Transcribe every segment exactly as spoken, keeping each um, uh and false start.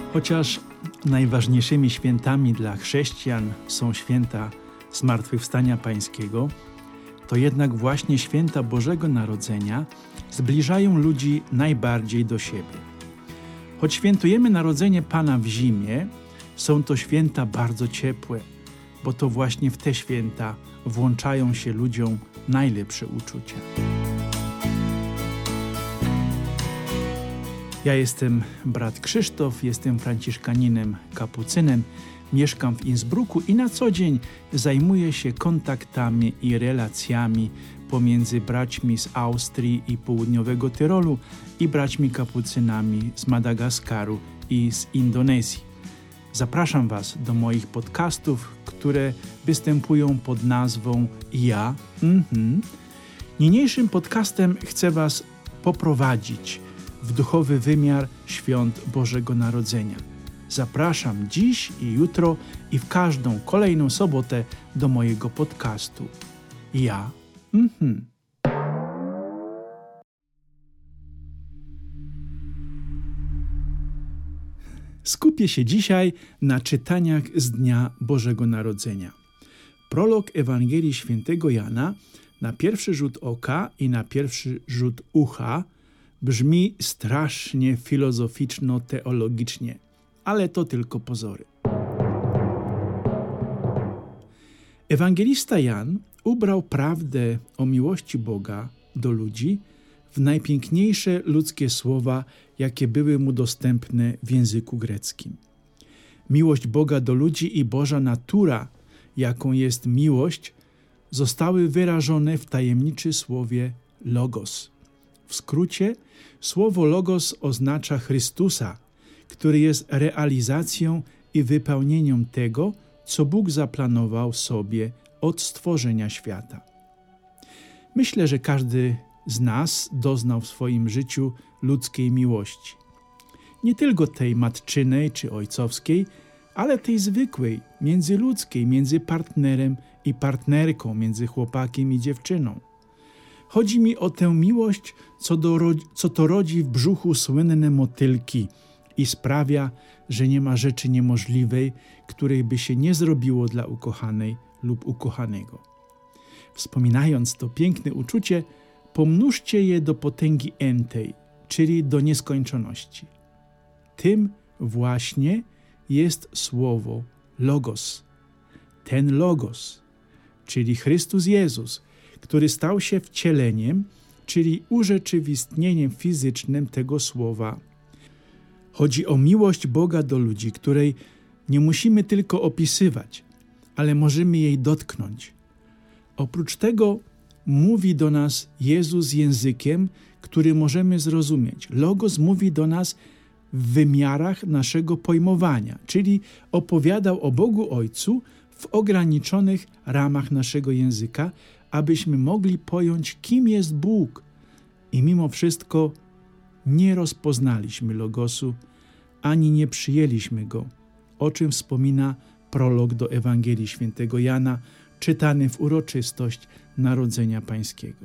Chociaż najważniejszymi świętami dla chrześcijan są święta Zmartwychwstania Pańskiego, to jednak właśnie święta Bożego Narodzenia zbliżają ludzi najbardziej do siebie. Choć świętujemy Narodzenie Pana w zimie, są to święta bardzo ciepłe, bo to właśnie w te święta włączają się ludziom najlepsze uczucia. Ja jestem brat Krzysztof, jestem franciszkaninem kapucynem, mieszkam w Innsbrucku i na co dzień zajmuję się kontaktami i relacjami pomiędzy braćmi z Austrii i południowego Tyrolu i braćmi kapucynami z Madagaskaru i z Indonezji. Zapraszam Was do moich podcastów, które występują pod nazwą Ja. Mhm. Niniejszym podcastem chcę Was poprowadzić w duchowy wymiar świąt Bożego Narodzenia. Zapraszam dziś i jutro i w każdą kolejną sobotę do mojego podcastu. Ja. Mhm. Skupię się dzisiaj na czytaniach z Dnia Bożego Narodzenia. Prolog Ewangelii Świętego Jana na pierwszy rzut oka i na pierwszy rzut ucha brzmi strasznie filozoficzno-teologicznie, ale to tylko pozory. Ewangelista Jan ubrał prawdę o miłości Boga do ludzi w najpiękniejsze ludzkie słowa, jakie były mu dostępne w języku greckim. Miłość Boga do ludzi i Boża natura, jaką jest miłość, zostały wyrażone w tajemniczym słowie Logos. W skrócie, słowo Logos oznacza Chrystusa, który jest realizacją i wypełnieniem tego, co Bóg zaplanował sobie od stworzenia świata. Myślę, że każdy z nas doznał w swoim życiu ludzkiej miłości. Nie tylko tej matczynej czy ojcowskiej, ale tej zwykłej, międzyludzkiej, między partnerem i partnerką, między chłopakiem i dziewczyną. Chodzi mi o tę miłość, co, do, co to rodzi w brzuchu słynne motylki i sprawia, że nie ma rzeczy niemożliwej, której by się nie zrobiło dla ukochanej lub ukochanego. Wspominając to piękne uczucie, pomnóżcie je do potęgi entej, czyli do nieskończoności. Tym właśnie jest słowo Logos. Ten Logos, czyli Chrystus Jezus, który stał się wcieleniem, czyli urzeczywistnieniem fizycznym tego słowa. Chodzi o miłość Boga do ludzi, której nie musimy tylko opisywać, ale możemy jej dotknąć. Oprócz tego mówi do nas Jezus językiem, który możemy zrozumieć. Logos mówi do nas w wymiarach naszego pojmowania, czyli opowiadał o Bogu Ojcu w ograniczonych ramach naszego języka, abyśmy mogli pojąć, kim jest Bóg. I mimo wszystko nie rozpoznaliśmy Logosu, ani nie przyjęliśmy Go, o czym wspomina prolog do Ewangelii Świętego Jana, czytany w uroczystość Narodzenia Pańskiego.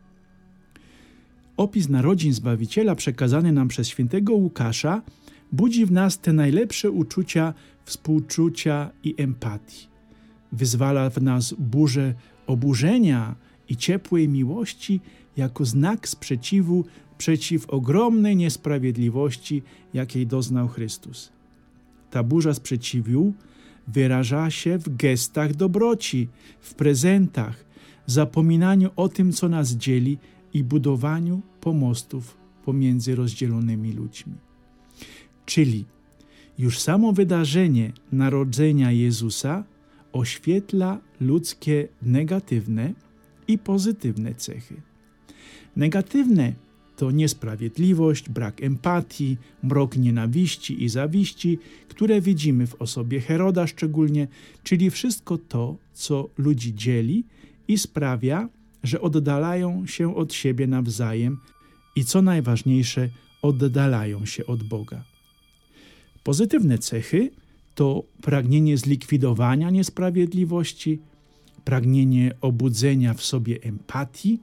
Opis narodzin Zbawiciela przekazany nam przez świętego Łukasza budzi w nas te najlepsze uczucia współczucia i empatii. Wyzwala w nas burzę oburzenia i ciepłej miłości jako znak sprzeciwu przeciw ogromnej niesprawiedliwości, jakiej doznał Chrystus. Ta burza sprzeciwu wyraża się w gestach dobroci, w prezentach, zapominaniu o tym, co nas dzieli i budowaniu pomostów pomiędzy rozdzielonymi ludźmi. Czyli już samo wydarzenie narodzenia Jezusa oświetla ludzkie negatywne i pozytywne cechy. Negatywne to niesprawiedliwość, brak empatii, mrok nienawiści i zawiści, które widzimy w osobie Heroda szczególnie, czyli wszystko to, co ludzi dzieli i sprawia, że oddalają się od siebie nawzajem i co najważniejsze, oddalają się od Boga. Pozytywne cechy to pragnienie zlikwidowania niesprawiedliwości, pragnienie obudzenia w sobie empatii,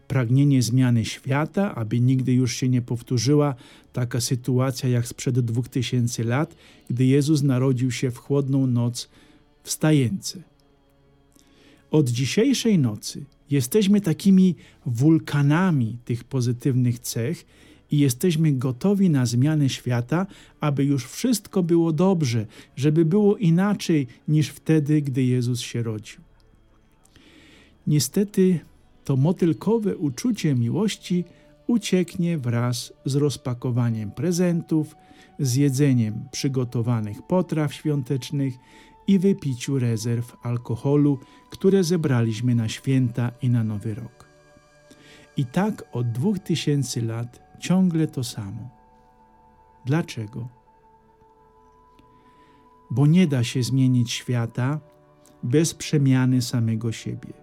pragnienie zmiany świata, aby nigdy już się nie powtórzyła taka sytuacja jak sprzed dwóch tysięcy lat, gdy Jezus narodził się w chłodną noc w stajence. Od dzisiejszej nocy jesteśmy takimi wulkanami tych pozytywnych cech i jesteśmy gotowi na zmianę świata, aby już wszystko było dobrze, żeby było inaczej niż wtedy, gdy Jezus się rodził. Niestety to motylkowe uczucie miłości ucieknie wraz z rozpakowaniem prezentów, z jedzeniem przygotowanych potraw świątecznych i wypiciu rezerw alkoholu, które zebraliśmy na święta i na Nowy Rok. I tak od dwóch tysięcy lat ciągle to samo. Dlaczego? Bo nie da się zmienić świata bez przemiany samego siebie.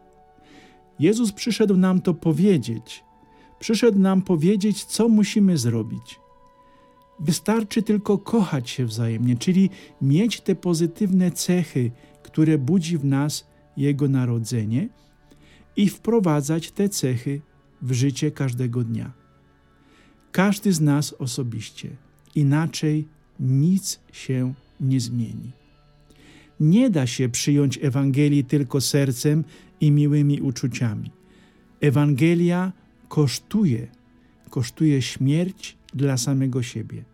Jezus przyszedł nam to powiedzieć. Przyszedł nam powiedzieć, co musimy zrobić. Wystarczy tylko kochać się wzajemnie, czyli mieć te pozytywne cechy, które budzi w nas Jego narodzenie i wprowadzać te cechy w życie każdego dnia. Każdy z nas osobiście. Inaczej nic się nie zmieni. Nie da się przyjąć Ewangelii tylko sercem i miłymi uczuciami. Ewangelia kosztuje, kosztuje śmierć dla samego siebie.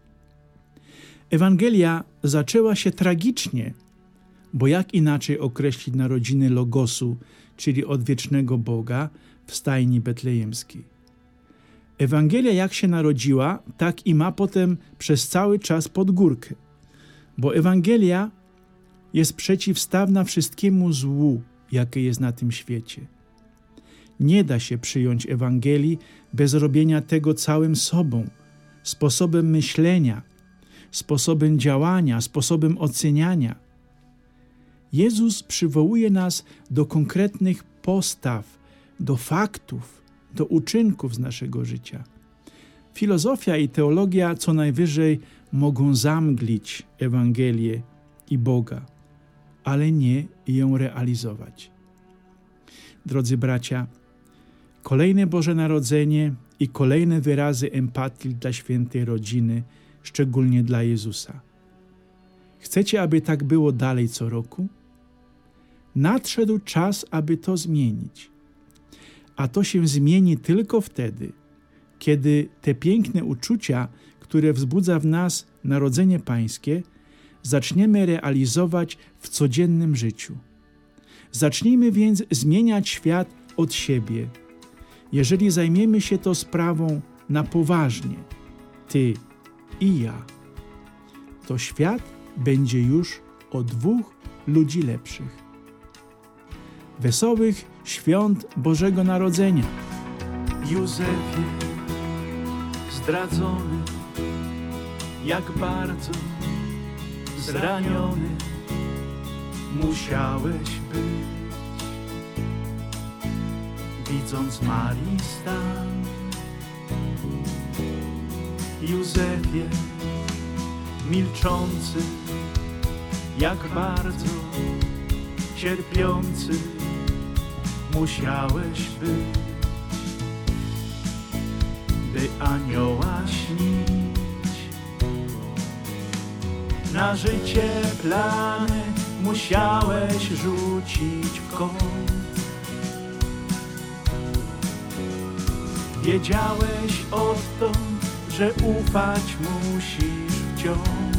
Ewangelia zaczęła się tragicznie, bo jak inaczej określić narodziny Logosu, czyli odwiecznego Boga w stajni betlejemskiej. Ewangelia jak się narodziła, tak i ma potem przez cały czas pod górkę, bo Ewangelia jest przeciwstawna wszystkiemu złu, jakie jest na tym świecie. Nie da się przyjąć Ewangelii bez robienia tego całym sobą, sposobem myślenia, sposobem działania, sposobem oceniania. Jezus przywołuje nas do konkretnych postaw, do faktów, do uczynków z naszego życia. Filozofia i teologia co najwyżej mogą zamglić Ewangelię i Boga, ale nie ją realizować. Drodzy bracia, kolejne Boże Narodzenie i kolejne wyrazy empatii dla świętej rodziny, szczególnie dla Jezusa. Chcecie, aby tak było dalej co roku? Nadszedł czas, aby to zmienić. A to się zmieni tylko wtedy, kiedy te piękne uczucia, które wzbudza w nas Narodzenie Pańskie, zaczniemy realizować w codziennym życiu. Zacznijmy więc zmieniać świat od siebie. Jeżeli zajmiemy się to sprawą na poważnie, Ty i ja, to świat będzie już o dwóch ludzi lepszych. Wesołych świąt Bożego Narodzenia. Józefie, zdradzony, jak bardzo zraniony musiałeś być, widząc Marii stan. Józefie, milczący, jak bardzo cierpiący musiałeś być, by anioła śnić. Na życie plany musiałeś rzucić w kąt. Wiedziałeś odtąd, że ufać musisz wciąż.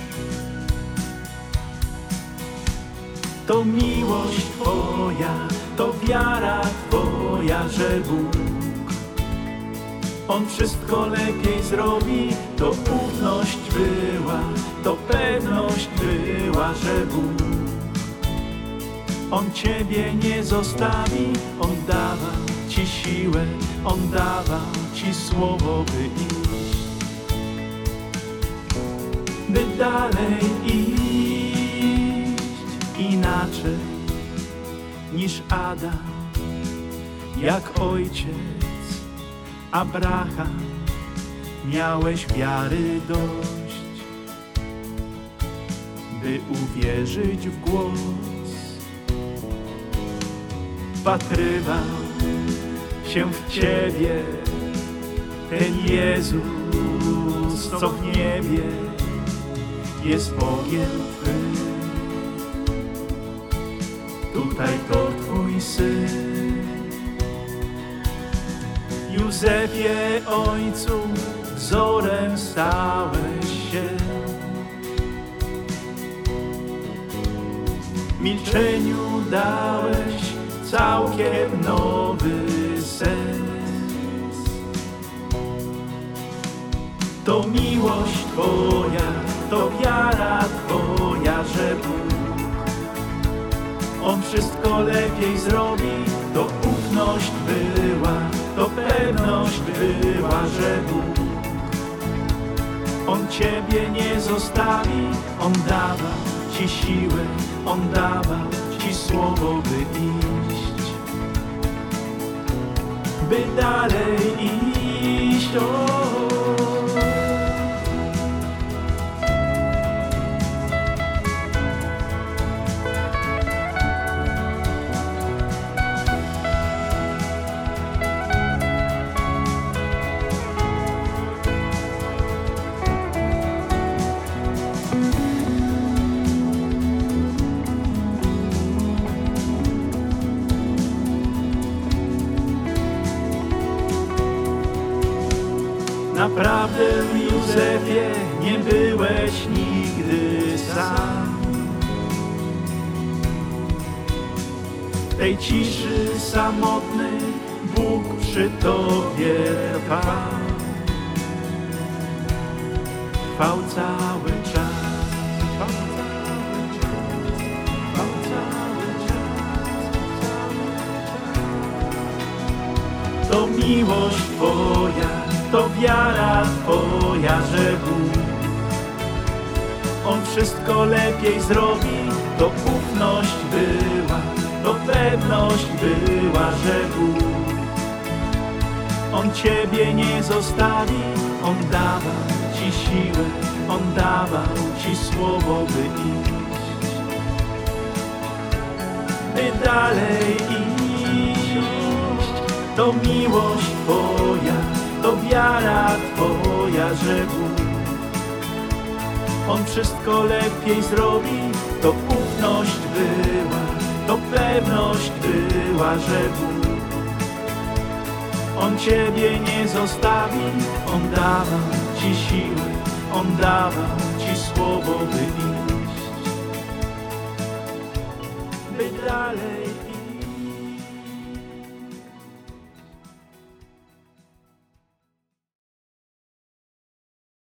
To miłość Twoja, to wiara Twoja, że Bóg On wszystko lepiej zrobi. To ufność była, to pewność była, że Bóg On Ciebie nie zostawi. On dawał Ci siłę, On dawał Ci słowo, by iść, by dalej iść inaczej niż Adam, jak ojciec Abraham. Miałeś wiary dość, by uwierzyć w głos. Wpatrywał się w Ciebie, ten Jezus, co w niebie jest Bogiem Twym. Tutaj to Twój Syn. Józefie, Ojcu, wzorem stałeś się. Milczeniu dałeś całkiem nowy sens. To miłość Twoja, to wiara Twoja, że Bóg On wszystko lepiej zrobi. To ufność była, to pewność była, że Bóg On Ciebie nie zostawi. On dawał Ci siłę, On dawał Ci słowo, by iść, by dalej iść. O. Naprawdę, Józefie, nie byłeś nigdy sam. W tej ciszy samotny Bóg przy Tobie trwał. Trwał cały czas, trwał cały czas, trwał cały czas, cały czas. To miłość Twoja, to wiara Twoja, że Bóg On wszystko lepiej zrobi. To ufność była, to pewność była, że Bóg On Ciebie nie zostawi. On dawał Ci siłę, On dawał Ci słowo, by iść, by dalej iść. To miłość Twoja, to wiara Twoja, że Bóg On wszystko lepiej zrobi. To ufność była, to pewność była, że Bóg On Ciebie nie zostawi. On dawał Ci siłę, On dawał Ci słowo, by iść, by dalej iść.